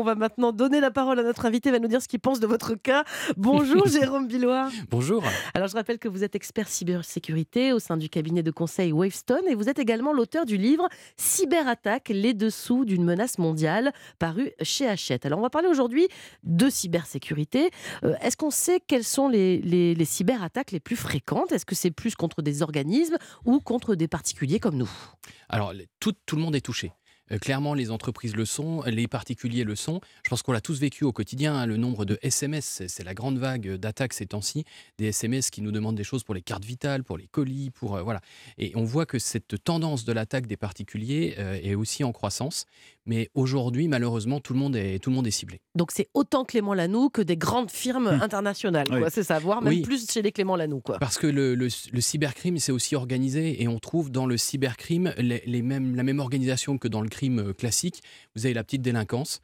va maintenant donner la parole à notre invité, il va nous dire ce qu'il pense de votre cas. Bonjour Jérôme Billois. Bonjour. Alors je rappelle que vous êtes expert cybersécurité au sein du cabinet de conseil Wavestone et vous êtes également l'auteur du livre Cyberattaque, les dessous d'une menace mondiale, paru chez Hachette. Alors on va parler aujourd'hui de cybersécurité. Est-ce qu'on sait quelles sont les cyberattaques les plus fréquentes ? Est-ce que c'est plus contre des organismes ou contre des particuliers comme nous ? Alors, tout le monde est touché. Clairement, les entreprises le sont, les particuliers le sont. Je pense qu'on l'a tous vécu au quotidien, hein, le nombre de SMS, c'est la grande vague d'attaques ces temps-ci. Des SMS qui nous demandent des choses pour les cartes vitales, pour les colis, voilà. Et on voit que cette tendance de l'attaque des particuliers est aussi en croissance. Mais aujourd'hui, malheureusement, tout le monde est ciblé. Donc c'est autant Clément Lanoux que des grandes firmes internationales, quoi. Oui. C'est ça, voire même Oui. plus chez les Clément Lanoux, quoi. Parce que le cybercrime, c'est aussi organisé et on trouve dans le cybercrime la même organisation que dans le crime classique. Vous avez la petite délinquance,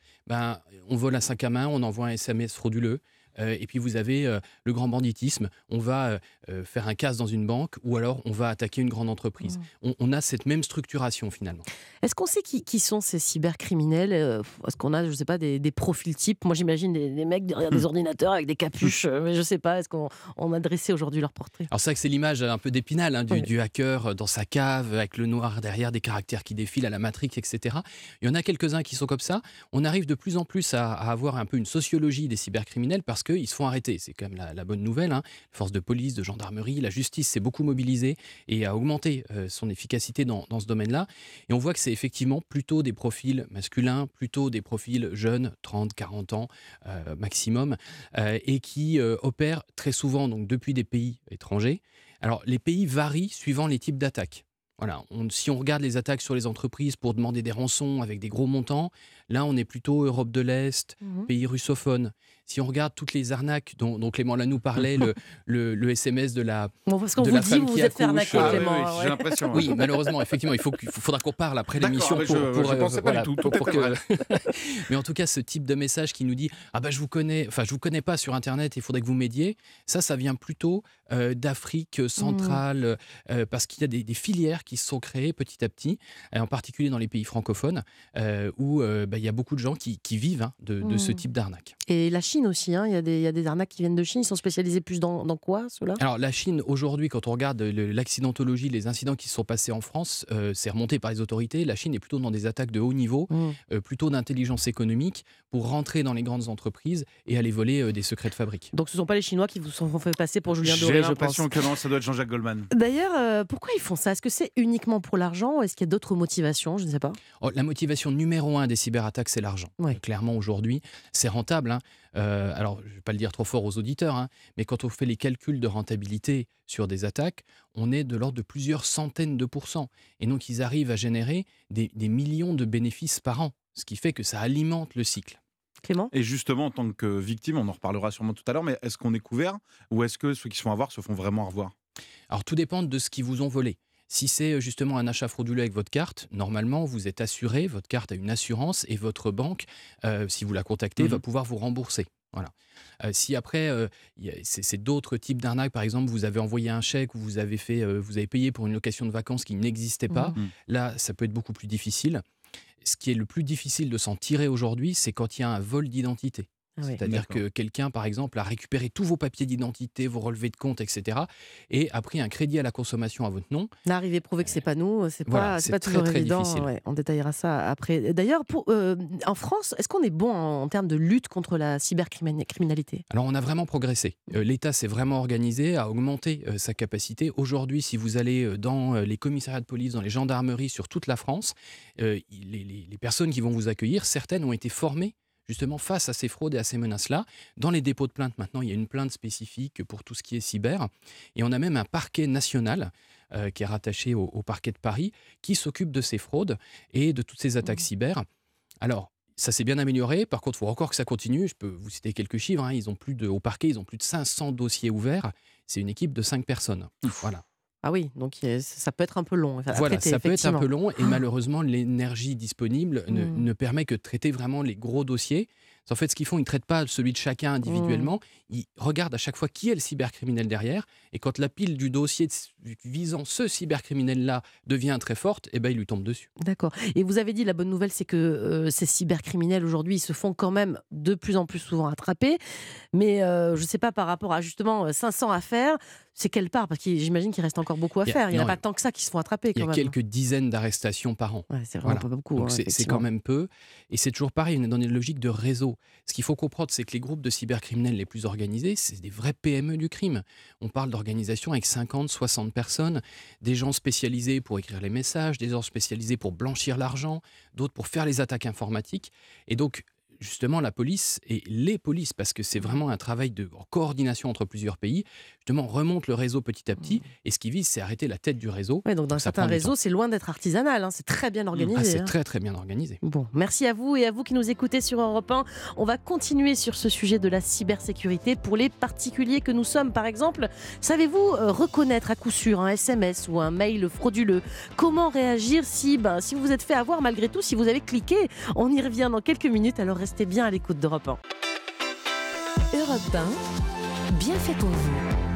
on vole un sac à main, on envoie un SMS frauduleux. Et puis vous avez le grand banditisme, on va faire un casse dans une banque ou alors on va attaquer une grande entreprise. On a cette même structuration finalement. Est-ce qu'on sait qui sont ces cybercriminels ? Est-ce qu'on a, je ne sais pas, des profils types ? Moi j'imagine des mecs derrière des ordinateurs avec des capuches, mais je ne sais pas, est-ce qu'on a dressé aujourd'hui leur portrait ? Alors c'est vrai que c'est l'image un peu d'Épinal, hein, du hacker dans sa cave avec le noir derrière, des caractères qui défilent à la Matrix, etc. Il y en a quelques-uns qui sont comme ça. On arrive de plus en plus à avoir un peu une sociologie des cybercriminels parce qu'ils se font arrêter. C'est quand même la bonne nouvelle, hein. Les forces de police, de gendarmerie, la justice s'est beaucoup mobilisée et a augmenté son efficacité dans ce domaine-là. Et on voit que c'est effectivement plutôt des profils masculins, plutôt des profils jeunes, 30, 40 ans maximum, et qui opèrent très souvent donc, depuis des pays étrangers. Alors, les pays varient suivant les types d'attaques. Voilà, si on regarde les attaques sur les entreprises pour demander des rançons avec des gros montants, là, on est plutôt Europe de l'Est, pays russophones. Si on regarde toutes les arnaques dont Clément Lanoux parlait, le SMS de la parce qu'on de vous la dit, femme vous qui vous êtes fait accouche, arnaquer, Clément. J'ai l'impression. Oui, malheureusement, effectivement, faudra qu'on parle après l'émission. D'accord, je pensais pas du tout. Tout était vrai. Mais en tout cas, ce type de message qui nous dit je vous connais pas sur Internet, il faudrait que vous m'aidiez. Ça vient plutôt d'Afrique centrale, parce qu'il y a des filières qui se sont créées petit à petit, en particulier dans les pays francophones, où il y a beaucoup de gens qui vivent de ce type d'arnaque. Et la Chine aussi, hein, il y a des arnaques qui viennent de Chine. Ils sont spécialisés plus dans quoi, ceux-là ? Alors la Chine, aujourd'hui, quand on regarde l'accidentologie, les incidents qui se sont passés en France, c'est remonté par les autorités. La Chine est plutôt dans des attaques de haut niveau, plutôt d'intelligence économique, pour rentrer dans les grandes entreprises et aller voler des secrets de fabrique. Donc ce ne sont pas les Chinois qui vous sont fait passer pour Julien J'ai Doré, je pense. l'impression que non, ça doit être Jean-Jacques Goldman. D'ailleurs, pourquoi ils font ça ? Est-ce que c'est uniquement pour l'argent ou est-ce qu'il y a d'autres motivations ? Je ne sais pas. La motivation numéro 1 des cyberattaques, c'est l'argent. Ouais. Clairement, aujourd'hui, c'est rentable. Alors, je ne vais pas le dire trop fort aux auditeurs, mais quand on fait les calculs de rentabilité sur des attaques, on est de l'ordre de plusieurs centaines de pourcents. Et donc, ils arrivent à générer des millions de bénéfices par an, ce qui fait que ça alimente le cycle. Clément ? Et justement, en tant que victime, on en reparlera sûrement tout à l'heure, mais est-ce qu'on est couvert ou est-ce que ceux qui se font avoir se font vraiment avoir ? Alors, tout dépend de ce qu'ils vous ont volé. Si c'est justement un achat frauduleux avec votre carte, normalement, vous êtes assuré, votre carte a une assurance et votre banque, si vous la contactez, va pouvoir vous rembourser. Voilà. Si après, c'est d'autres types d'arnaques, par exemple, vous avez envoyé un chèque ou vous avez payé pour une location de vacances qui n'existait pas, là, ça peut être beaucoup plus difficile. Ce qui est le plus difficile de s'en tirer aujourd'hui, c'est quand il y a un vol d'identité. Ah oui. C'est-à-dire que quelqu'un, par exemple, a récupéré tous vos papiers d'identité, vos relevés de compte, etc. et a pris un crédit à la consommation à votre nom. D'arriver à prouver que c'est pas nous, c'est Voilà, pas c'est toujours très évident. difficile. Ouais, on détaillera ça après. D'ailleurs, en France, est-ce qu'on est bon en termes de lutte contre la cybercriminalité ? Alors, on a vraiment progressé. L'État s'est vraiment organisé, a augmenté sa capacité. Aujourd'hui, si vous allez dans les commissariats de police, dans les gendarmeries sur toute la France, les personnes qui vont vous accueillir, certaines ont été formées justement face à ces fraudes et à ces menaces-là. Dans les dépôts de plainte, maintenant, il y a une plainte spécifique pour tout ce qui est cyber. Et on a même un parquet national qui est rattaché au parquet de Paris, qui s'occupe de ces fraudes et de toutes ces attaques cyber. Alors, ça s'est bien amélioré. Par contre, il faut encore que ça continue. Je peux vous citer quelques chiffres. Au parquet, ils ont plus de 500 dossiers ouverts. C'est une équipe de 5 personnes. Voilà. Ah oui, donc ça peut être un peu long. Voilà, ça peut être un peu long et malheureusement, l'énergie disponible ne permet que de traiter vraiment les gros dossiers. En fait, ce qu'ils font, ils ne traitent pas celui de chacun individuellement. Ils regardent à chaque fois qui est le cybercriminel derrière. Et quand la pile du dossier visant ce cybercriminel-là devient très forte, eh ben, il lui tombe dessus. D'accord. Et vous avez dit, la bonne nouvelle, c'est que ces cybercriminels, aujourd'hui, ils se font quand même de plus en plus souvent attraper. Mais je ne sais pas, par rapport à justement 500 affaires, c'est quelle part? Parce que j'imagine qu'il reste encore beaucoup à faire. Il n'y en a pas tant que ça qui se font attraper. Il y a quelques dizaines d'arrestations par an. Ouais, c'est vraiment pas beaucoup. Donc c'est quand même peu. Et c'est toujours pareil, on est dans une logique de réseau. Ce qu'il faut comprendre, c'est que les groupes de cybercriminels les plus organisés, c'est des vrais PME du crime. On parle d'organisations avec 50, 60 personnes, des gens spécialisés pour écrire les messages, des gens spécialisés pour blanchir l'argent, d'autres pour faire les attaques informatiques. Et donc, justement, la police et les polices, parce que c'est vraiment un travail de coordination entre plusieurs pays, justement, remontent le réseau petit à petit. Et ce qu'ils visent, c'est arrêter la tête du réseau. Ouais, donc dans certains réseaux, c'est loin d'être artisanal. C'est très bien organisé. C'est très, très bien organisé. Bon, merci à vous et à vous qui nous écoutez sur Europe 1. On va continuer sur ce sujet de la cybersécurité. Pour les particuliers que nous sommes, par exemple, savez-vous reconnaître à coup sûr un SMS ou un mail frauduleux? Comment réagir si vous vous êtes fait avoir malgré tout, si vous avez cliqué? On y revient dans quelques minutes, alors restez bien à l'écoute d'Europe 1. Europe 1, bien fait pour vous.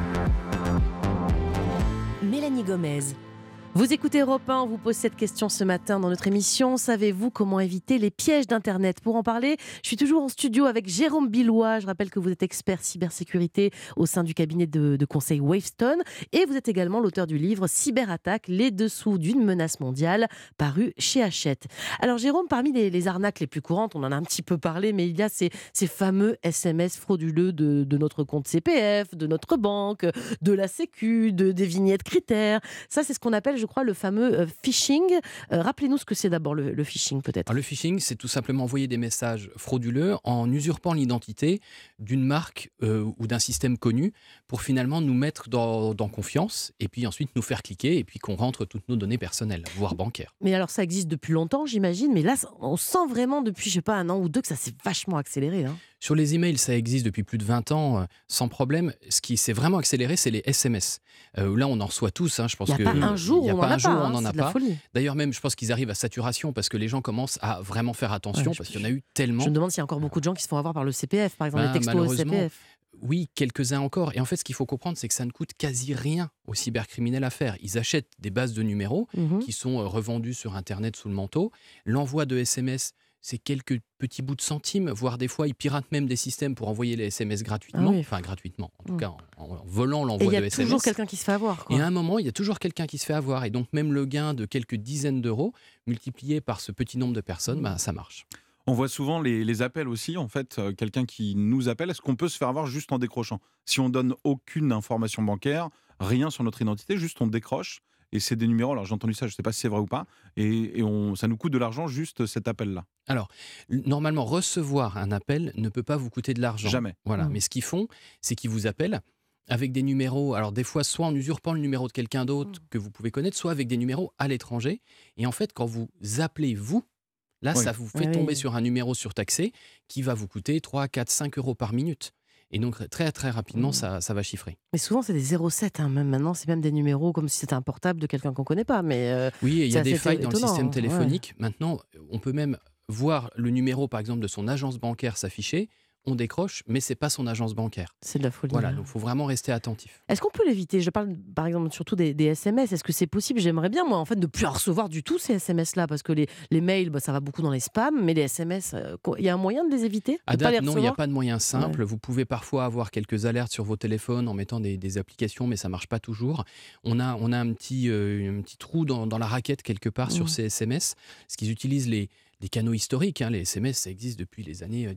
Mélanie Gomez. Vous écoutez Europe 1, on vous pose cette question ce matin dans notre émission. Savez-vous comment éviter les pièges d'Internet? Pour en parler, je suis toujours en studio avec Jérôme Billois. Je rappelle que vous êtes expert cybersécurité au sein du cabinet de conseil Wavestone. Et vous êtes également l'auteur du livre Cyberattaque, les dessous d'une menace mondiale, paru chez Hachette. Alors Jérôme, parmi les arnaques les plus courantes, on en a un petit peu parlé, mais il y a ces fameux SMS frauduleux de notre compte CPF, de notre banque, de la Sécu, des vignettes critères. Ça, c'est ce qu'on appelle, je crois, le fameux phishing. Rappelez-nous ce que c'est d'abord le phishing, peut-être. Alors, le phishing, c'est tout simplement envoyer des messages frauduleux en usurpant l'identité d'une marque ou d'un système connu pour finalement nous mettre dans confiance et puis ensuite nous faire cliquer et puis qu'on rentre toutes nos données personnelles, voire bancaires. Mais alors, ça existe depuis longtemps, j'imagine, mais là, on sent vraiment depuis, je sais pas, un an ou deux que ça s'est vachement accéléré. Sur les emails, ça existe depuis plus de 20 ans, sans problème. Ce qui s'est vraiment accéléré, c'est les SMS. Là, on en reçoit tous. Je pense il n'y a pas un jour où on n'en a pas. D'ailleurs, même, je pense qu'ils arrivent à saturation parce que les gens commencent à vraiment faire attention parce qu'il y en a eu tellement. Je me demande s'il y a encore beaucoup de gens qui se font avoir par le CPF, par exemple, les textos au CPF. Oui, quelques-uns encore. Et en fait, ce qu'il faut comprendre, c'est que ça ne coûte quasi rien aux cybercriminels à faire. Ils achètent des bases de numéros qui sont revendues sur Internet sous le manteau. L'envoi de SMS, c'est quelques petits bouts de centimes, voire des fois, ils piratent même des systèmes pour envoyer les SMS gratuitement. Enfin, gratuitement, en tout cas, en volant l'envoi de SMS. Il y a toujours quelqu'un qui se fait avoir. Et à un moment, il y a toujours quelqu'un qui se fait avoir. Et donc, même le gain de quelques dizaines d'euros, multiplié par ce petit nombre de personnes, ça marche. On voit souvent les appels aussi, en fait, quelqu'un qui nous appelle, est-ce qu'on peut se faire avoir juste en décrochant? Si on donne aucune information bancaire, rien sur notre identité, juste on décroche, et c'est des numéros, alors j'ai entendu ça, je ne sais pas si c'est vrai ou pas, et ça nous coûte de l'argent juste cet appel-là. Alors, normalement, recevoir un appel ne peut pas vous coûter de l'argent. Jamais. Voilà. Mais ce qu'ils font, c'est qu'ils vous appellent avec des numéros, alors des fois soit en usurpant le numéro de quelqu'un d'autre que vous pouvez connaître, soit avec des numéros à l'étranger. Et en fait, quand vous appelez vous, là, ça vous fait tomber sur un numéro surtaxé qui va vous coûter 3, 4, 5 euros par minute. Et donc, très, très rapidement, ça va chiffrer. Mais souvent, c'est des 07. Même maintenant, c'est même des numéros comme si c'était un portable de quelqu'un qu'on ne connaît pas. Mais oui, il y a des failles dans le système téléphonique. Maintenant, on peut même voir le numéro, par exemple, de son agence bancaire s'afficher. On décroche, mais ce n'est pas son agence bancaire. C'est de la folie. Voilà, donc il faut vraiment rester attentif. Est-ce qu'on peut l'éviter? Je parle par exemple surtout des SMS. Est-ce que c'est possible? J'aimerais bien, moi, en fait, de ne plus en recevoir du tout ces SMS-là, parce que les mails, ça va beaucoup dans les spams, mais les SMS, il y a un moyen de les éviter? À date, non, il n'y a pas de moyen simple. Vous pouvez parfois avoir quelques alertes sur vos téléphones en mettant des applications, mais ça ne marche pas toujours. On a un petit trou dans la raquette quelque part sur ces SMS, parce qu'ils utilisent les canaux historiques. Les SMS, ça existe depuis les années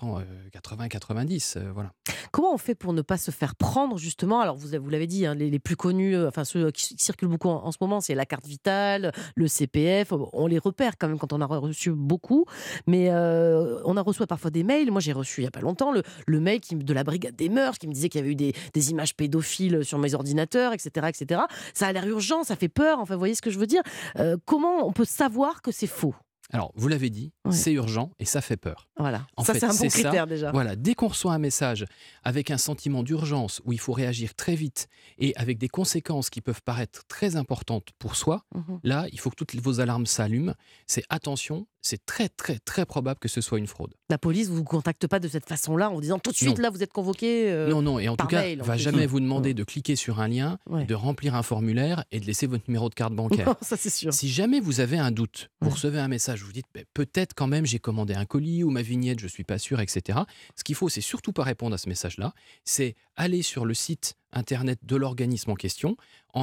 1980-90. Voilà. Comment on fait pour ne pas se faire prendre, justement? Alors, vous l'avez dit, les plus connus, ceux qui circulent beaucoup en ce moment, c'est la carte vitale, le CPF. On les repère quand même quand on a reçu beaucoup. Mais on a reçu parfois des mails. Moi, j'ai reçu il n'y a pas longtemps le mail de la brigade des mœurs qui me disait qu'il y avait eu des images pédophiles sur mes ordinateurs, etc., etc. Ça a l'air urgent, ça fait peur. Enfin, vous voyez ce que je veux dire? Comment on peut savoir que c'est faux? Alors, vous l'avez dit, c'est urgent et ça fait peur. Voilà, ça c'est un bon critère déjà. Voilà, dès qu'on reçoit un message avec un sentiment d'urgence où il faut réagir très vite et avec des conséquences qui peuvent paraître très importantes pour soi, là, il faut que toutes vos alarmes s'allument. C'est attention, c'est très très très probable que ce soit une fraude. La police ne vous contacte pas de cette façon-là en vous disant tout de suite, Non. là, vous êtes convoqué Non, et en tout par cas, mail, en va plus. jamais vous demander de cliquer sur un lien, Ouais. de remplir un formulaire et de laisser votre numéro de carte bancaire. Non, ça c'est sûr. Si jamais vous avez un doute, vous Ouais. recevez un message, vous vous dites peut-être quand même j'ai commandé un colis ou ma vignette, je suis pas sûr, etc. Ce qu'il faut, c'est surtout pas répondre à ce message-là, c'est aller sur le site internet de l'organisme en question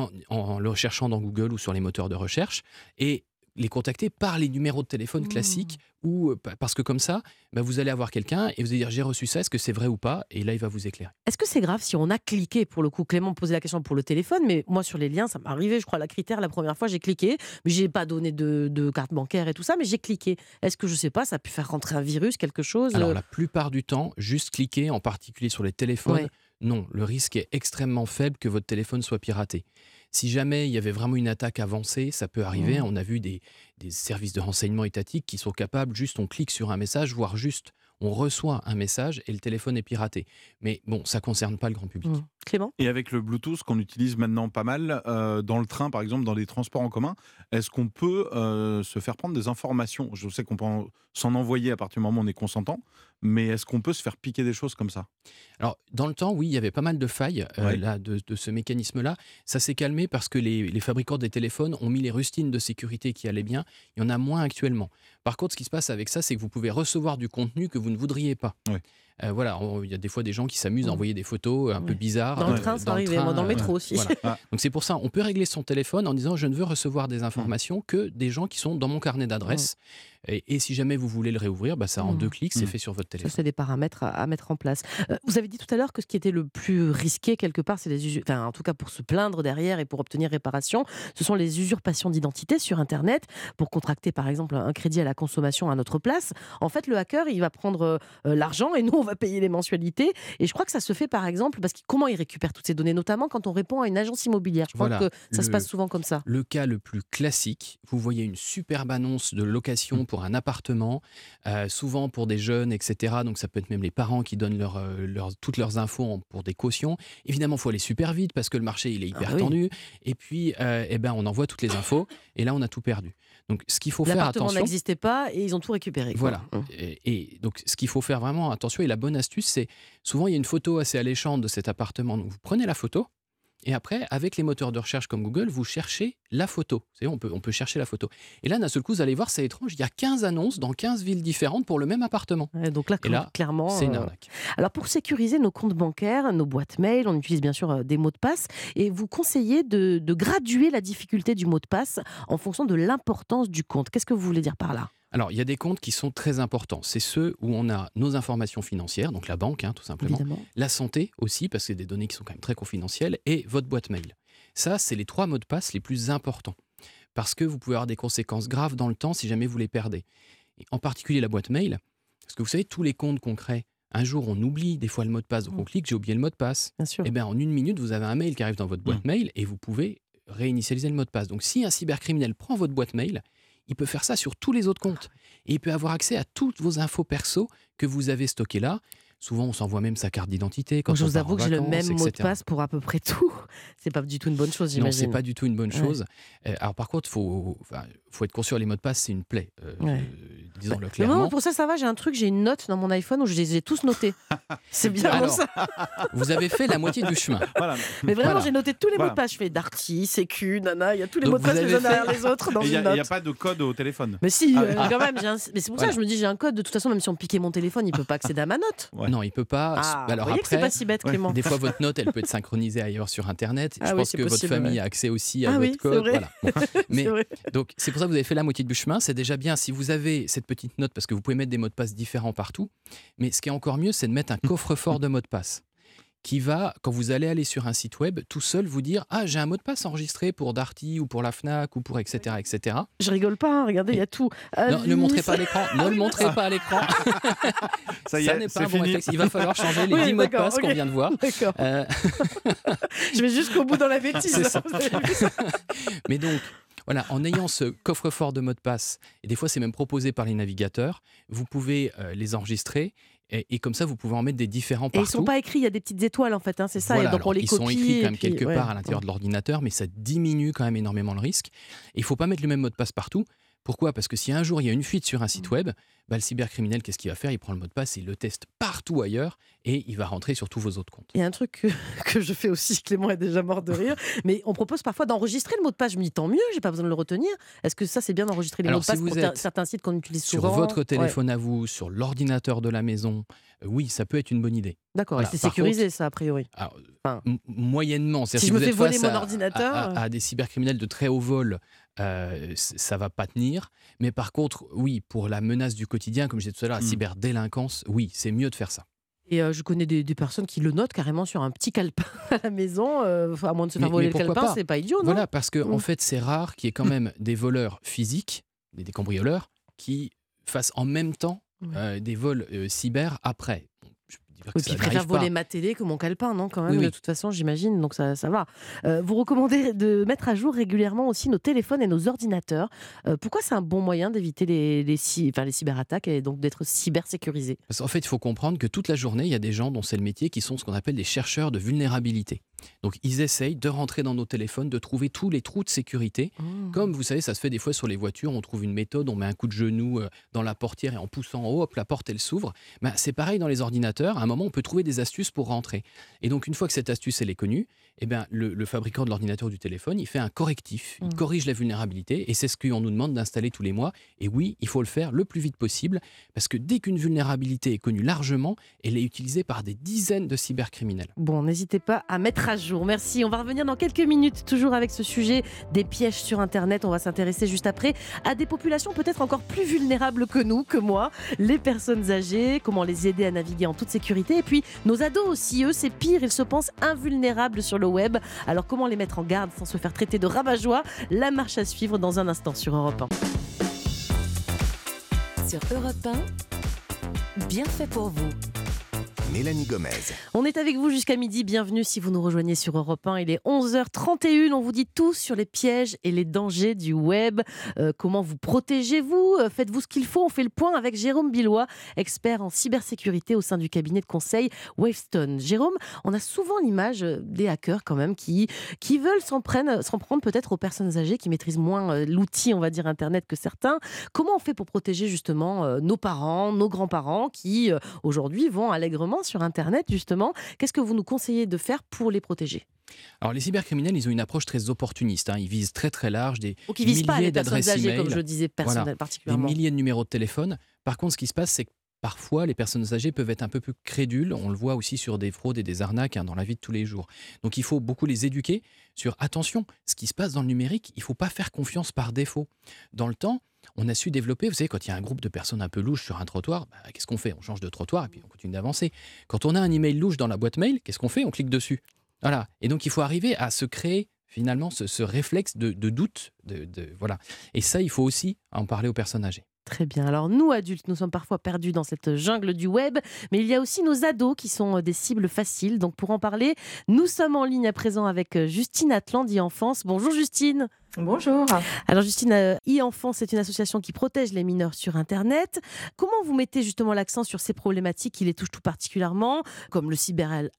en le cherchant dans Google ou sur les moteurs de recherche et les contacter par les numéros de téléphone classiques ou parce que comme ça, vous allez avoir quelqu'un et vous allez dire j'ai reçu ça, est-ce que c'est vrai ou pas? Et là, il va vous éclairer. Est-ce que c'est grave si on a cliqué, pour le coup, Clément posait la question pour le téléphone, mais moi sur les liens, ça m'est arrivé, je crois, à la Critère, la première fois, j'ai cliqué, mais j'ai pas donné de carte bancaire et tout ça, mais j'ai cliqué. Est-ce que, je sais pas, ça a pu faire rentrer un virus, quelque chose Alors la plupart du temps, juste cliquer, en particulier sur les téléphones, Ouais. non, le risque est extrêmement faible que votre téléphone soit piraté. Si jamais il y avait vraiment une attaque avancée, ça peut arriver. On a vu des services de renseignement étatiques qui sont capables, juste on clique sur un message, voire juste on reçoit un message et le téléphone est piraté. Mais bon, ça ne concerne pas le grand public. Clément? Et avec le Bluetooth qu'on utilise maintenant pas mal, dans le train par exemple, dans les transports en commun, est-ce qu'on peut se faire prendre des informations? Je sais qu'on peut s'en envoyer à partir du moment où on est consentant, mais est-ce qu'on peut se faire piquer des choses comme ça? Alors, dans le temps, oui, il y avait pas mal de failles Ouais. là, de ce mécanisme-là. Ça s'est calmé parce que les fabricants des téléphones ont mis les rustines de sécurité qui allaient bien. Il y en a moins actuellement. Par contre, ce qui se passe avec ça, c'est que vous pouvez recevoir du contenu que vous ne voudriez pas. Ouais. Voilà, il y a des fois des gens qui s'amusent à envoyer des photos un peu bizarres. Dans le Ouais. train, ça dans le arrivait, train, moi, dans le métro aussi. Voilà. Ah. Donc c'est pour ça, on peut régler son téléphone en disant je ne veux recevoir des informations que des gens qui sont dans mon carnet d'adresses. Et si jamais vous voulez le réouvrir, ça en 2 clics, c'est fait sur votre Ça, téléphone. c'est des paramètres à mettre en place. Vous avez dit tout à l'heure que ce qui était le plus risqué, quelque part, c'est enfin, en tout cas pour se plaindre derrière et pour obtenir réparation, ce sont les usurpations d'identité sur Internet, pour contracter, par exemple, un crédit à la consommation à notre place. En fait, le hacker, il va prendre l'argent et nous, on va payer les mensualités. Et je crois que ça se fait, par exemple, parce que comment il récupère toutes ces données, notamment quand on répond à une agence immobilière. Je crois Voilà. que ça se passe souvent comme ça. Le cas le plus classique, vous voyez une superbe annonce de location pour un appartement, souvent pour des jeunes, etc. Donc ça peut être même les parents qui donnent toutes leurs infos pour des cautions. Évidemment, il faut aller super vite parce que le marché il est hyper oui. tendu. Et puis, on envoie toutes les infos et là, on a tout perdu. Donc ce qu'il faut faire L'appartement attention... n'existait pas et ils ont tout récupéré. quoi. Voilà. Et donc, ce qu'il faut faire vraiment attention, et la bonne astuce, c'est souvent, il y a une photo assez alléchante de cet appartement. Donc, vous prenez la photo, et après, avec les moteurs de recherche comme Google, vous cherchez la photo. Vous savez, on peut chercher la photo. Et là, d'un seul coup, vous allez voir, c'est étrange, il y a 15 annonces dans 15 villes différentes pour le même appartement. Ouais, donc là, Et là, clairement, c'est une arnaque. Alors pour sécuriser nos comptes bancaires, nos boîtes mail, on utilise bien sûr des mots de passe et vous conseillez de graduer la difficulté du mot de passe en fonction de l'importance du compte. Qu'est-ce que vous voulez dire par là? Alors, il y a des comptes qui sont très importants. C'est ceux où on a nos informations financières, donc la banque, tout simplement. Évidemment. La santé aussi, parce que c'est des données qui sont quand même très confidentielles, et votre boîte mail. Ça, c'est les 3 mots de passe les plus importants. Parce que vous pouvez avoir des conséquences graves dans le temps si jamais vous les perdez. Et en particulier la boîte mail, parce que vous savez, tous les comptes qu'on crée, un jour on oublie des fois le mot de passe, donc on clique, j'ai oublié le mot de passe. Bien sûr. Et bien en 1 minute, vous avez un mail qui arrive dans votre boîte mail et vous pouvez réinitialiser le mot de passe. Donc si un cybercriminel prend votre boîte mail, il peut faire ça sur tous les autres comptes. Et il peut avoir accès à toutes vos infos perso que vous avez stockées là. Souvent, on s'envoie même sa carte d'identité. Quand Je on vous part en avoue que j'ai le vacances, même mot de etc. passe pour à peu près tout. C'est pas du tout une bonne chose, Non, j'imagine. c'est pas du tout une bonne Ouais. chose. Alors par contre, faut être conscient, les mots de passe, c'est une plaie. Ouais. Disons-le Mais clairement. moi, pour ça va, j'ai un truc, j'ai une note dans mon iPhone où je les ai tous notés. C'est bien Alors, ça. Vous avez fait la moitié du chemin. Voilà. Mais vraiment, voilà. j'ai noté tous les mots Voilà. de passe. Je fais Darty, Sécu, Nana, il y a tous les Donc mots de vous passe les avez uns derrière fait- les autres dans Et il une n'y a note. pas de code au téléphone. Mais si, Ah oui. quand même, mais c'est pour ça que Voilà. je me dis, j'ai un code. De toute façon, même si on piquait mon téléphone, il peut pas accéder à ma note. Ouais. Non, il peut pas. Ah, Alors vous voyez que c'est après, pas si bête, Clément. des fois, votre note, elle peut être synchronisée ailleurs sur Internet. Ah Je oui, pense c'est que votre possible, famille ouais. a accès aussi à Ah oui, votre c'est code. vrai. Voilà. Bon. Mais C'est vrai. donc, c'est pour ça que vous avez fait la moitié du chemin. C'est déjà bien si vous avez cette petite note, parce que vous pouvez mettre des mots de passe différents partout. Mais ce qui est encore mieux, c'est de mettre un coffre-fort de mots de passe qui va, quand vous allez aller sur un site web, tout seul vous dire « Ah, j'ai un mot de passe enregistré pour Darty ou pour la FNAC ou pour etc. etc. Je rigole pas, hein, regardez, il y a tout. Non, ne montrez pas à l'écran. Ne le montrez pas à l'écran. Ça y Ça est, n'est pas c'est un bon fini. réflexe. Il va falloir changer les Oui, 10 mots de d'accord, passe qu'on ok. vient de voir. D'accord. Euh, Je vais jusqu'au bout dans la bêtise. C'est ça. Vous avez vu ça? Mais donc, voilà, en ayant ce coffre-fort de mots de passe, et des fois c'est même proposé par les navigateurs, vous pouvez les enregistrer et comme ça vous pouvez en mettre des différents Et ils partout. sont pas écrits, il y a des petites étoiles en fait, hein, c'est ça. Voilà, et donc on alors, les ils copie. sont écrits et quand même puis, quelque ouais. part à l'intérieur de l'ordinateur, mais ça diminue quand même énormément le risque. Et il ne faut pas mettre le même mot de passe partout, Pourquoi ? Parce que si un jour il y a une fuite sur un site web, le cybercriminel, qu'est-ce qu'il va faire ? Il prend le mot de passe, il le teste partout ailleurs et il va rentrer sur tous vos autres comptes. Il y a un truc que je fais aussi, Clément est déjà mort de rire, mais on propose parfois d'enregistrer le mot de passe. Je me dis tant mieux, j'ai pas besoin de le retenir. Est-ce que ça c'est bien d'enregistrer les mots de passe pour certains sites qu'on utilise sur souvent ? Votre téléphone à vous, sur l'ordinateur de la maison, oui, ça peut être une bonne idée. D'accord, Voilà. c'est Par sécurisé contre, ça a priori. Alors, Enfin, moyennement. si je me vous fais êtes voler face mon ordinateur, à des cybercriminels de très haut vol, ça va pas tenir. Mais par contre, oui, pour la menace du quotidien, comme je disais tout à l'heure, la cyberdélinquance, oui, c'est mieux de faire ça. Et je connais des personnes qui le notent carrément sur un petit calepin à la maison, à moins de se faire voler le calepin, c'est pas idiot, non ? Voilà, parce qu'en fait, c'est rare qu'il y ait quand même des voleurs physiques, des cambrioleurs, qui fassent en même temps des vols cyber après. Oui, puis ils préfèrent voler ma télé que mon calepin, non, quand même, oui. De toute façon, j'imagine, donc ça va. Vous recommandez de mettre à jour régulièrement aussi nos téléphones et nos ordinateurs. Pourquoi c'est un bon moyen d'éviter les cyberattaques et donc d'être cybersécurisé ? Parce qu'en fait, il faut comprendre que toute la journée, il y a des gens dont c'est le métier qui sont ce qu'on appelle des chercheurs de vulnérabilité. Donc, ils essayent de rentrer dans nos téléphones, de trouver tous les trous de sécurité. Comme vous savez, ça se fait des fois sur les voitures, on trouve une méthode, on met un coup de genou dans la portière et en poussant en haut, hop, la porte, elle s'ouvre. C'est pareil dans les ordinateurs. À un moment, on peut trouver des astuces pour rentrer. Et donc, une fois que cette astuce, elle est connue, le fabricant de l'ordinateur ou du téléphone, il fait un correctif. Il corrige la vulnérabilité et c'est ce qu'on nous demande d'installer tous les mois. Et oui, il faut le faire le plus vite possible parce que dès qu'une vulnérabilité est connue largement, elle est utilisée par des dizaines de cybercriminels. Bon, n'hésitez pas à mettre à jour. Merci. On va revenir dans quelques minutes, toujours avec ce sujet des pièges sur Internet. On va s'intéresser juste après à des populations peut-être encore plus vulnérables que nous, que moi, les personnes âgées, comment les aider à naviguer en toute sécurité. Et puis, nos ados aussi, eux, c'est pire, ils se pensent invulnérables sur le web. Alors, comment les mettre en garde sans se faire traiter de rabat-joie ? La marche à suivre dans un instant sur Europe 1. Sur Europe 1, bien fait pour vous. Mélanie Gomez. On est avec vous jusqu'à midi, bienvenue si vous nous rejoignez sur Europe 1, il est 11h31, on vous dit tout sur les pièges et les dangers du web, comment vous protégez-vous, faites-vous ce qu'il faut, on fait le point avec Jérôme Billois, expert en cybersécurité au sein du cabinet de conseil Wavestone. Jérôme, on a souvent l'image des hackers quand même qui veulent s'en prendre peut-être aux personnes âgées qui maîtrisent moins l'outil, on va dire Internet que certains. Comment on fait pour protéger justement nos parents, nos grands-parents qui aujourd'hui vont allègrement sur Internet, justement. Qu'est-ce que vous nous conseillez de faire pour les protéger ? Alors, les cybercriminels, ils ont une approche très opportuniste. Ils visent très très large, Donc, ils ne visent pas les personnes âgées, email, comme je le disais, particulièrement. des milliers de numéros de téléphone. Par contre, ce qui se passe, c'est que parfois, les personnes âgées peuvent être un peu plus crédules. On le voit aussi sur des fraudes et des arnaques dans la vie de tous les jours. Donc, il faut beaucoup les éduquer sur attention, ce qui se passe dans le numérique, il ne faut pas faire confiance par défaut. Dans le temps, on a su développer, vous savez, quand il y a un groupe de personnes un peu louches sur un trottoir, qu'est-ce qu'on fait ? On change de trottoir et puis on continue d'avancer. Quand on a un email louche dans la boîte mail, qu'est-ce qu'on fait ? On clique dessus. Voilà. Et donc, il faut arriver à se créer finalement ce réflexe de doute. Voilà. Et ça, il faut aussi en parler aux personnes âgées. Très bien. Alors nous, adultes, nous sommes parfois perdus dans cette jungle du web, mais il y a aussi nos ados qui sont des cibles faciles. Donc pour en parler, nous sommes en ligne à présent avec Justine Atlan d'e-Enfance. Bonjour Justine. Bonjour. Alors Justine, e-Enfance, c'est une association qui protège les mineurs sur Internet. Comment vous mettez justement l'accent sur ces problématiques qui les touchent tout particulièrement, comme le cyberharcèlement ?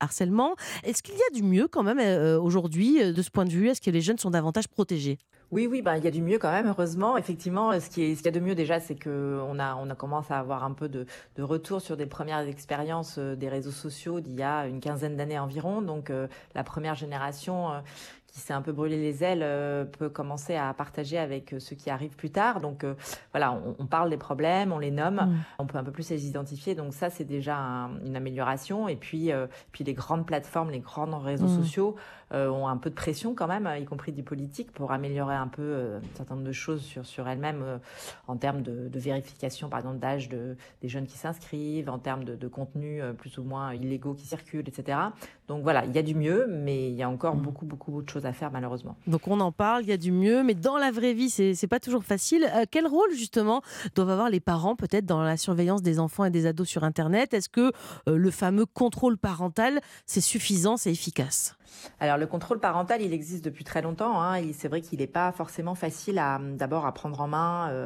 Est-ce qu'il y a du mieux quand même aujourd'hui de ce point de vue ? Est-ce que les jeunes sont davantage protégés ? Oui, il y a du mieux quand même, heureusement. Effectivement, ce qu'il y a de mieux déjà, c'est qu'on a commencé à avoir un peu de retour sur des premières expériences des réseaux sociaux d'il y a une quinzaine d'années environ. Donc la première génération qui s'est un peu brûlé les ailes peut commencer à partager avec ceux qui arrivent plus tard. Donc voilà, on parle des problèmes, on les nomme, on peut un peu plus les identifier. Donc ça, c'est déjà une amélioration. Et puis les grandes plateformes, les grands réseaux sociaux ont un peu de pression quand même, y compris des politiques, pour améliorer un peu un certain nombre de choses sur elles-mêmes en termes de vérification, par exemple, d'âge des jeunes qui s'inscrivent, en termes de contenus plus ou moins illégaux qui circulent, etc. Donc voilà, il y a du mieux, mais il y a encore beaucoup de choses à faire, malheureusement. Donc on en parle, il y a du mieux, mais dans la vraie vie, c'est pas toujours facile. Quel rôle, justement, doivent avoir les parents, peut-être, dans la surveillance des enfants et des ados sur Internet ? Est-ce que le fameux contrôle parental, c'est suffisant, c'est efficace ? Alors le contrôle parental, il existe depuis très longtemps. C'est vrai qu'il n'est pas forcément facile d'abord à prendre en main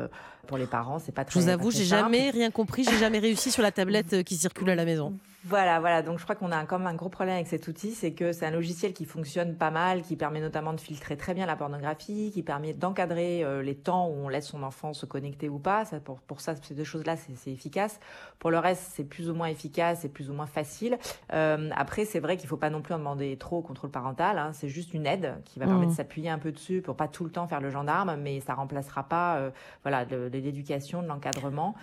Pour les parents, c'est pas Je très vous pas avoue, très j'ai simple. jamais rien compris, j'ai jamais réussi sur la tablette qui circule à la maison. Voilà. Donc je crois qu'on a quand même un gros problème avec cet outil, c'est que c'est un logiciel qui fonctionne pas mal, qui permet notamment de filtrer très bien la pornographie, qui permet d'encadrer les temps où on laisse son enfant se connecter ou pas. Ça, pour ça, ces deux choses-là, c'est efficace. Pour le reste, c'est plus ou moins efficace, c'est plus ou moins facile. Après, c'est vrai qu'il faut pas non plus en demander trop au contrôle parental. Hein. C'est juste une aide qui va permettre de s'appuyer un peu dessus pour pas tout le temps faire le gendarme, mais ça remplacera pas de l'éducation, de l'encadrement.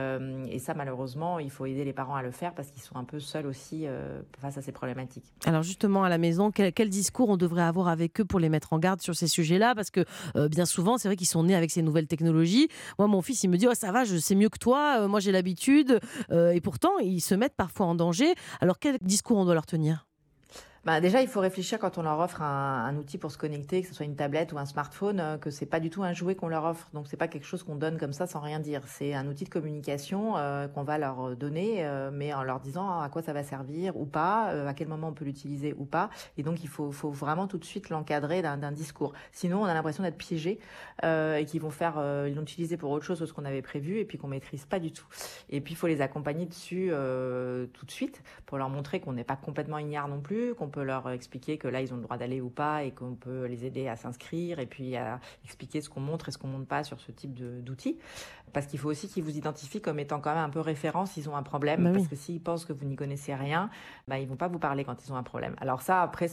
Et ça, malheureusement, il faut aider les parents à le faire parce qu'ils sont un peu seuls aussi face à ces problématiques. Alors justement, à la maison, quel discours on devrait avoir avec eux pour les mettre en garde sur ces sujets-là? Parce que bien souvent, c'est vrai qu'ils sont nés avec ces nouvelles technologies. Moi, mon fils, il me dit « ça va, je sais mieux que toi, moi j'ai l'habitude ». Et pourtant, ils se mettent parfois en danger. Alors quel discours on doit leur tenir? Déjà, il faut réfléchir quand on leur offre un outil pour se connecter, que ce soit une tablette ou un smartphone, que c'est pas du tout un jouet qu'on leur offre. Donc, c'est pas quelque chose qu'on donne comme ça sans rien dire. C'est un outil de communication qu'on va leur donner, mais en leur disant à quoi ça va servir ou pas, à quel moment on peut l'utiliser ou pas. Et donc, il faut vraiment tout de suite l'encadrer d'un discours. Sinon, on a l'impression d'être piégé et qu'ils vont ils l'ont utilisé pour autre chose que ce qu'on avait prévu et puis qu'on maîtrise pas du tout. Et puis, il faut les accompagner dessus tout de suite pour leur montrer qu'on n'est pas complètement ignare non plus, qu'on peut leur expliquer que là, ils ont le droit d'aller ou pas et qu'on peut les aider à s'inscrire et puis à expliquer ce qu'on montre et ce qu'on montre pas sur ce type d'outils. Parce qu'il faut aussi qu'ils vous identifient comme étant quand même un peu référent s'ils ont un problème. Parce que s'ils pensent que vous n'y connaissez rien, ils vont pas vous parler quand ils ont un problème. Alors ça, après,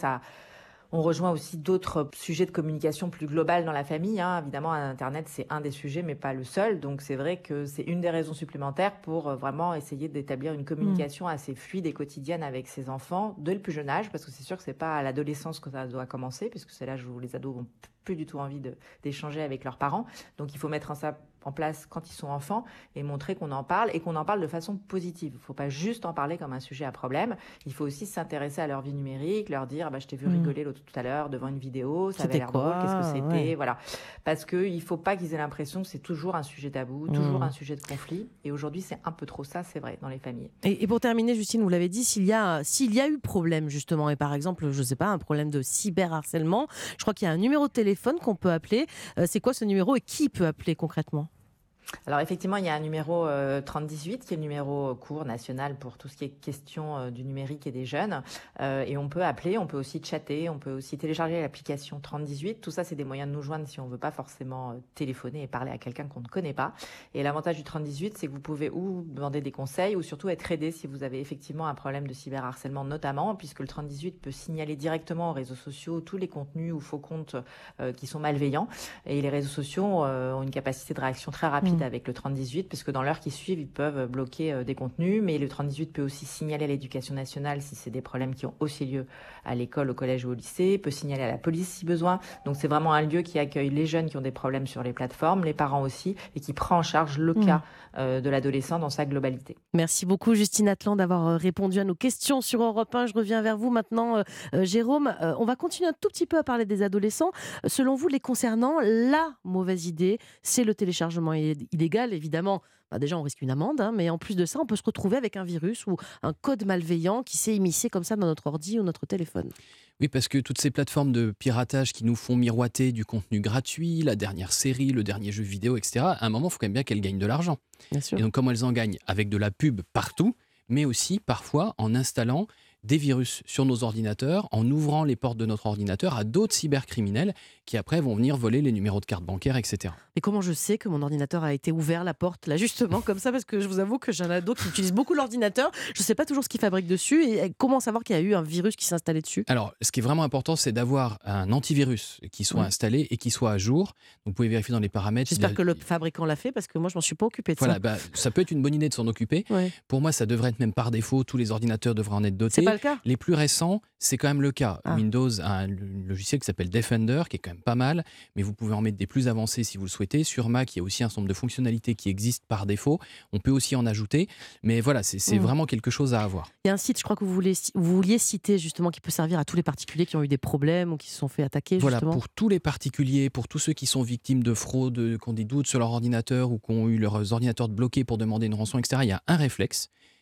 on rejoint aussi d'autres sujets de communication plus globales dans la famille. Hein. Évidemment, Internet, c'est un des sujets, mais pas le seul. Donc, c'est vrai que c'est une des raisons supplémentaires pour vraiment essayer d'établir une communication assez fluide et quotidienne avec ses enfants dès le plus jeune âge, parce que c'est sûr que c'est pas à l'adolescence que ça doit commencer, puisque c'est l'âge où les ados ont plus du tout envie d'échanger avec leurs parents. Donc, il faut mettre ça en place quand ils sont enfants et montrer qu'on en parle et qu'on en parle de façon positive. Il ne faut pas juste en parler comme un sujet à problème. Il faut aussi s'intéresser à leur vie numérique, leur dire je t'ai vu rigoler tout à l'heure devant une vidéo, ça avait l'air drôle, qu'est-ce que c'était, voilà. Parce qu'il ne faut pas qu'ils aient l'impression que c'est toujours un sujet tabou, toujours un sujet de conflit. Et aujourd'hui, c'est un peu trop ça, c'est vrai, dans les familles. Et pour terminer, Justine, vous l'avez dit, s'il y a eu problème justement, et par exemple, je ne sais pas, un problème de cyberharcèlement, je crois qu'il y a un numéro de téléphone qu'on peut appeler. C'est quoi ce numéro et qui peut appeler concrètement ? Alors effectivement, il y a un numéro 3018 qui est le numéro court national pour tout ce qui est question du numérique et des jeunes. Et on peut appeler, on peut aussi chatter, on peut aussi télécharger l'application 3018. Tout ça, c'est des moyens de nous joindre si on ne veut pas forcément téléphoner et parler à quelqu'un qu'on ne connaît pas. Et l'avantage du 3018, c'est que vous pouvez ou demander des conseils ou surtout être aidé si vous avez effectivement un problème de cyberharcèlement notamment, puisque le 3018 peut signaler directement aux réseaux sociaux tous les contenus ou faux comptes qui sont malveillants. Et les réseaux sociaux ont une capacité de réaction très rapide avec le 3018, parce que dans l'heure qui suivent, ils peuvent bloquer des contenus, mais le 3018 peut aussi signaler à l'Éducation nationale si c'est des problèmes qui ont aussi lieu à l'école, au collège ou au lycée, peut signaler à la police si besoin. Donc c'est vraiment un lieu qui accueille les jeunes qui ont des problèmes sur les plateformes, les parents aussi, et qui prend en charge le cas de l'adolescent dans sa globalité. Merci beaucoup Justine Atlan d'avoir répondu à nos questions sur Europe 1. Je reviens vers vous maintenant, Jérôme. On va continuer un tout petit peu à parler des adolescents. Selon vous, les concernant, la mauvaise idée, c'est le téléchargement illégal, évidemment. Déjà, on risque une amende, mais en plus de ça, on peut se retrouver avec un virus ou un code malveillant qui s'est immiscé comme ça dans notre ordi ou notre téléphone. Oui, parce que toutes ces plateformes de piratage qui nous font miroiter du contenu gratuit, la dernière série, le dernier jeu vidéo, etc., à un moment, il faut quand même bien qu'elles gagnent de l'argent. Bien sûr. Et donc, comment elles en gagnent? Avec de la pub partout, mais aussi parfois en installant des virus sur nos ordinateurs, en ouvrant les portes de notre ordinateur à d'autres cybercriminels qui après vont venir voler les numéros de carte bancaire, etc. Et comment je sais que mon ordinateur a été ouvert, la porte, là justement, comme ça, parce que je vous avoue que j'ai un ado qui utilise beaucoup l'ordinateur, je ne sais pas toujours ce qu'il fabrique dessus, et comment savoir qu'il y a eu un virus qui s'est installé dessus? Alors, ce qui est vraiment important, c'est d'avoir un antivirus qui soit installé et qui soit à jour. Donc, vous pouvez vérifier dans les paramètres. J'espère que le fabricant l'a fait, parce que moi, je ne m'en suis pas occupé de ça. Voilà, ça peut être une bonne idée de s'en occuper. Ouais. Pour moi, ça devrait être même par défaut, tous les ordinateurs devraient en être dotés. C'est pas le cas? Les plus récents, c'est quand même le cas. Windows a un logiciel qui s'appelle Defender, qui est quand même pas mal, mais vous pouvez en mettre des plus avancés si vous le souhaitez. Sur Mac, il y a aussi un certain nombre de fonctionnalités qui existent par défaut. On peut aussi en ajouter, mais voilà, c'est vraiment quelque chose à avoir. Il y a un site, je crois que vous vouliez citer justement, qui peut servir à tous les particuliers qui ont eu des problèmes ou qui se sont fait attaquer. Voilà, justement. Pour tous les particuliers, pour tous ceux qui sont victimes de fraude, qui ont des doutes sur leur ordinateur ou qui ont eu leurs ordinateurs bloqués pour demander une rançon, etc., il y a un réflexe.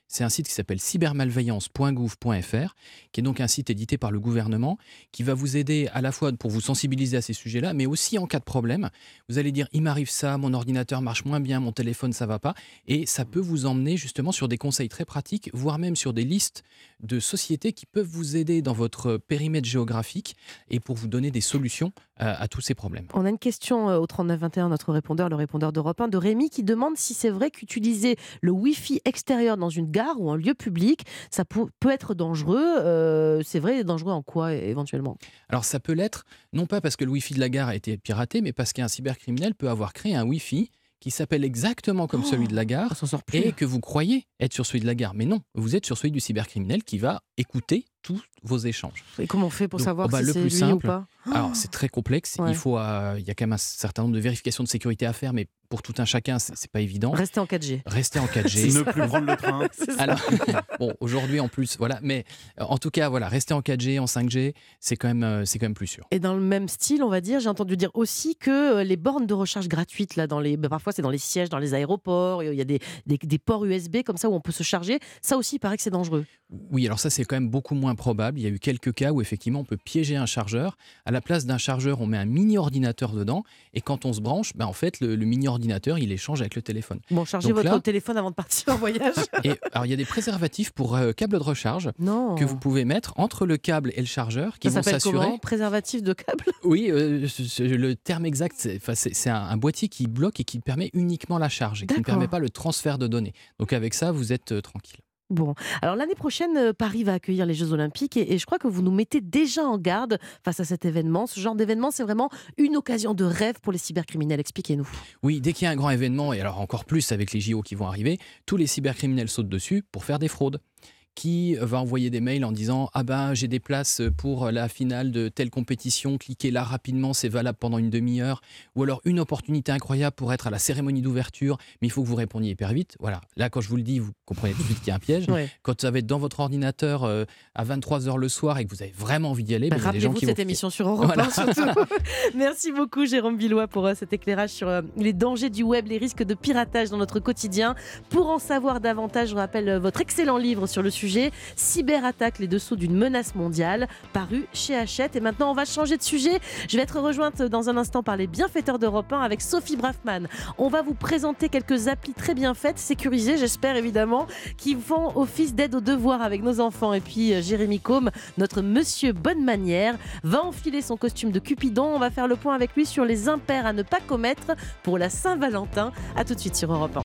C'est un site qui s'appelle cybermalveillance.gouv.fr, qui est donc un site édité par le gouvernement, qui va vous aider à la fois pour vous sensibiliser à ces sujets-là, mais aussi en cas de problème. Vous allez dire, il m'arrive ça, mon ordinateur marche moins bien, mon téléphone, ça va pas. Et ça peut vous emmener justement sur des conseils très pratiques, voire même sur des listes de sociétés qui peuvent vous aider dans votre périmètre géographique et pour vous donner des solutions à tous ces problèmes. On a une question au 3921, notre répondeur, le répondeur d'Europe 1, de Rémi, qui demande si c'est vrai qu'utiliser le Wi-Fi extérieur dans une gare ou un lieu public, ça peut être dangereux. C'est vrai, dangereux en quoi éventuellement ? Alors ça peut l'être, non pas parce que le Wi-Fi de la gare a été piraté, mais parce qu'un cybercriminel peut avoir créé un Wi-Fi qui s'appelle exactement comme celui de la gare On s'en sort plus. et que vous croyez être sur celui de la gare. Mais non, vous êtes sur celui du cybercriminel qui va écouter tous vos échanges. Et comment on fait pour Donc, savoir si le c'est plus lui simple, ou pas ? Alors c'est très complexe, Ouais. il y a quand même un certain nombre de vérifications de sécurité à faire, mais pour tout un chacun, c'est pas évident. Restez en 4G. Restez en 4G. Ne plus prendre le train. C'est ça. Alors, bon, aujourd'hui en plus, voilà, mais en tout cas, voilà, rester en 4G, en 5G, c'est quand même plus sûr. Et dans le même style, on va dire, j'ai entendu dire aussi que les bornes de recharge gratuites, là, parfois c'est dans les sièges, dans les aéroports, il y a des ports USB comme ça où on peut se charger. Ça aussi, il paraît que c'est dangereux. Oui, alors ça, c'est quand même beaucoup moins probable. Il y a eu quelques cas où effectivement on peut piéger un chargeur. À la place d'un chargeur, on met un mini-ordinateur dedans. Et quand on se branche, en fait, le mini-ordinateur, il échange avec le téléphone. Bon, chargez Donc votre là- téléphone avant de partir en voyage. Et alors, il y a des préservatifs pour câble de recharge Non. que vous pouvez mettre entre le câble et le chargeur qui Ça vont s'appelle s'assurer. comment ? Préservatif de câble ? Oui, le terme exact, c'est un boîtier qui bloque et qui permet uniquement la charge et qui ne D'accord. permet pas le transfert de données. Donc avec ça, vous êtes tranquille. Bon, alors l'année prochaine, Paris va accueillir les Jeux Olympiques et je crois que vous nous mettez déjà en garde face à cet événement. Ce genre d'événement, c'est vraiment une occasion de rêve pour les cybercriminels. Expliquez-nous. Oui, dès qu'il y a un grand événement, et alors encore plus avec les JO qui vont arriver, tous les cybercriminels sautent dessus pour faire des fraudes. Qui va envoyer des mails en disant « Ah ben, j'ai des places pour la finale de telle compétition, cliquez là rapidement, c'est valable pendant une demi-heure. » Ou alors une opportunité incroyable pour être à la cérémonie d'ouverture, mais il faut que vous répondiez hyper vite. Voilà, là quand je vous le dis, vous comprenez tout de suite qu'il y a un piège. Ouais. Quand ça va être dans votre ordinateur à 23h le soir et que vous avez vraiment envie d'y aller, il y a des gens Rappelez-vous qui cette vont émission sur Europe 1 Voilà. surtout. Merci beaucoup Jérôme Billois pour cet éclairage sur les dangers du web, les risques de piratage dans notre quotidien. Pour en savoir davantage, je rappelle votre excellent livre sur le sujet, Cyberattaque, les dessous d'une menace mondiale, paru chez Hachette. Et maintenant, on va changer de sujet. Je vais être rejointe dans un instant par les bienfaiteurs d'Europe 1 avec Sophie Braffman. On va vous présenter quelques applis très bien faites, sécurisées, j'espère évidemment, qui font office d'aide aux devoirs avec nos enfants. Et puis Jérémy Combe, notre monsieur bonne manière, va enfiler son costume de Cupidon. On va faire le point avec lui sur les impairs à ne pas commettre pour la Saint-Valentin. A tout de suite sur Europe 1.